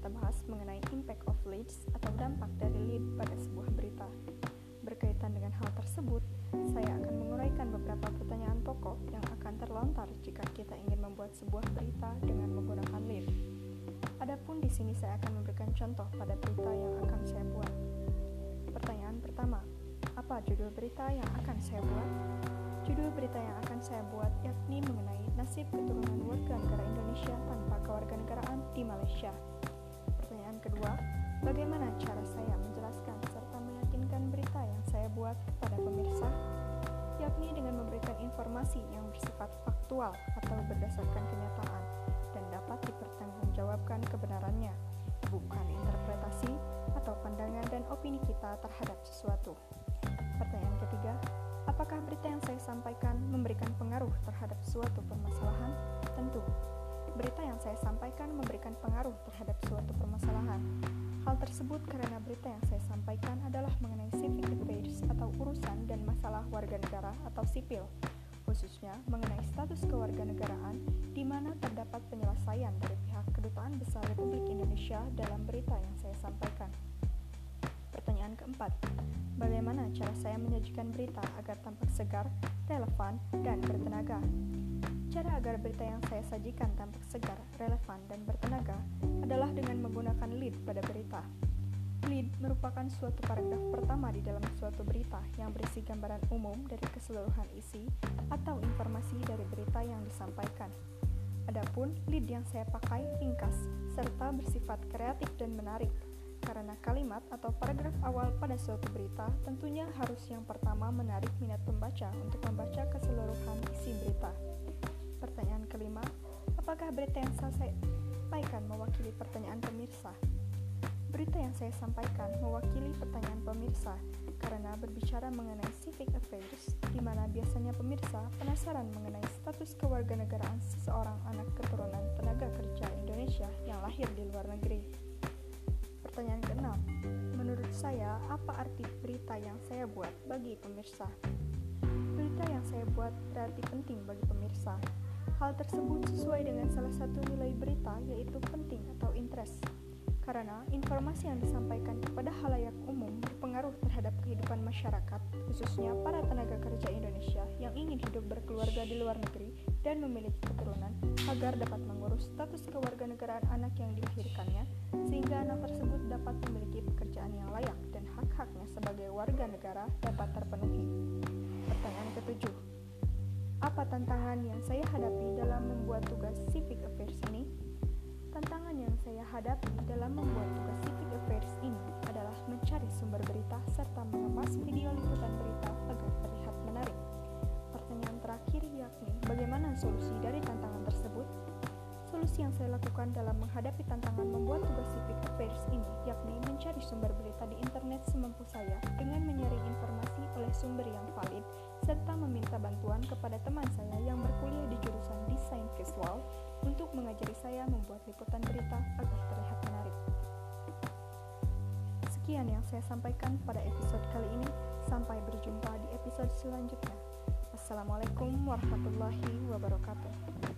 kita bahas mengenai impact of leads atau dampak dari lead pada sebuah berita. Berkaitan dengan hal tersebut, saya akan menguraikan beberapa pertanyaan pokok yang akan terlontar jika kita ingin membuat sebuah berita dengan menggunakan lead. Adapun di sini saya akan memberikan contoh pada berita yang akan saya buat. Pertanyaan pertama, apa judul berita yang akan saya buat? Judul berita yang akan saya buat yakni mengenai nasib keturunan warga negara Indonesia tanpa kewarganegaraan di Malaysia. Pertanyaan kedua, bagaimana cara saya menjelaskan serta meyakinkan berita yang saya buat kepada pemirsa? Yakni dengan memberikan informasi yang bersifat faktual atau berdasarkan kenyataan dan dapat dipertanggungjawabkan kebenarannya, bukan interpretasi atau pandangan dan opini kita terhadap sesuatu. Pertanyaan ketiga, apakah berita yang saya sampaikan memberikan pengaruh terhadap suatu permasalahan? Tentu, berita yang saya sampaikan memberikan pengaruh terhadap suatu permasalahan. Hal tersebut karena berita yang saya sampaikan adalah mengenai civic affairs atau urusan dan masalah warga negara atau sipil, khususnya mengenai status kewarganegaraan di mana terdapat penyelesaian dari pihak Kedutaan Besar Republik Indonesia dalam berita yang saya sampaikan. Pertanyaan keempat, bagaimana cara saya menyajikan berita agar tampak segar, relevan, dan bertenaga? Cara agar berita yang saya sajikan tampak segar, relevan, dan bertenaga adalah dengan menggunakan lead pada berita. Lead merupakan suatu paragraf pertama di dalam suatu berita yang berisi gambaran umum dari keseluruhan isi atau informasi dari berita yang disampaikan. Adapun lead yang saya pakai ringkas serta bersifat kreatif dan menarik. Karena kalimat atau paragraf awal pada suatu berita tentunya harus yang pertama menarik minat pembaca untuk membaca keseluruhan isi berita. Pertanyaan kelima, apakah berita yang saya sampaikan mewakili pertanyaan pemirsa? Berita yang saya sampaikan mewakili pertanyaan pemirsa karena berbicara mengenai civic affairs, di mana biasanya pemirsa penasaran mengenai status kewarganegaraan seseorang anak keturunan tenaga kerja Indonesia yang lahir di luar negeri. Pertanyaan keenam, menurut saya, apa arti berita yang saya buat bagi pemirsa? Berita yang saya buat berarti penting bagi pemirsa. Hal tersebut sesuai dengan salah satu nilai berita, yaitu penting atau interest. Karena informasi yang disampaikan kepada khalayak umum berpengaruh terhadap kehidupan masyarakat, khususnya para tenaga kerja Indonesia yang ingin hidup berkeluarga di luar negeri dan memiliki keturunan agar dapat mengurus status kewarganegaraan anak yang dilahirkannya, sehingga anak tersebut dapat memiliki pekerjaan yang layak dan hak-haknya sebagai warga negara dapat terpenuhi. Pertanyaan ketujuh, apa tantangan yang saya hadapi dalam membuat tugas civic affairs ini? Tantangan yang saya hadapi dalam membuat tugas civic affairs ini adalah mencari sumber berita serta mengemas video liputan berita agar terlihat menarik. Pertanyaan terakhir yakni, bagaimana solusi dari tantangan tersebut? Solusi yang saya lakukan dalam menghadapi tantangan membuat tugas civic affairs ini yakni mencari sumber berita di internet semampu saya dengan menyaring informasi oleh sumber yang valid serta meminta bantuan kepada teman saya yang berkuliah di jurusan desain visual untuk mengajari saya membuat liputan berita agar terlihat menarik. Sekian yang saya sampaikan pada episode kali ini. Sampai berjumpa di episode selanjutnya. Wassalamualaikum warahmatullahi wabarakatuh.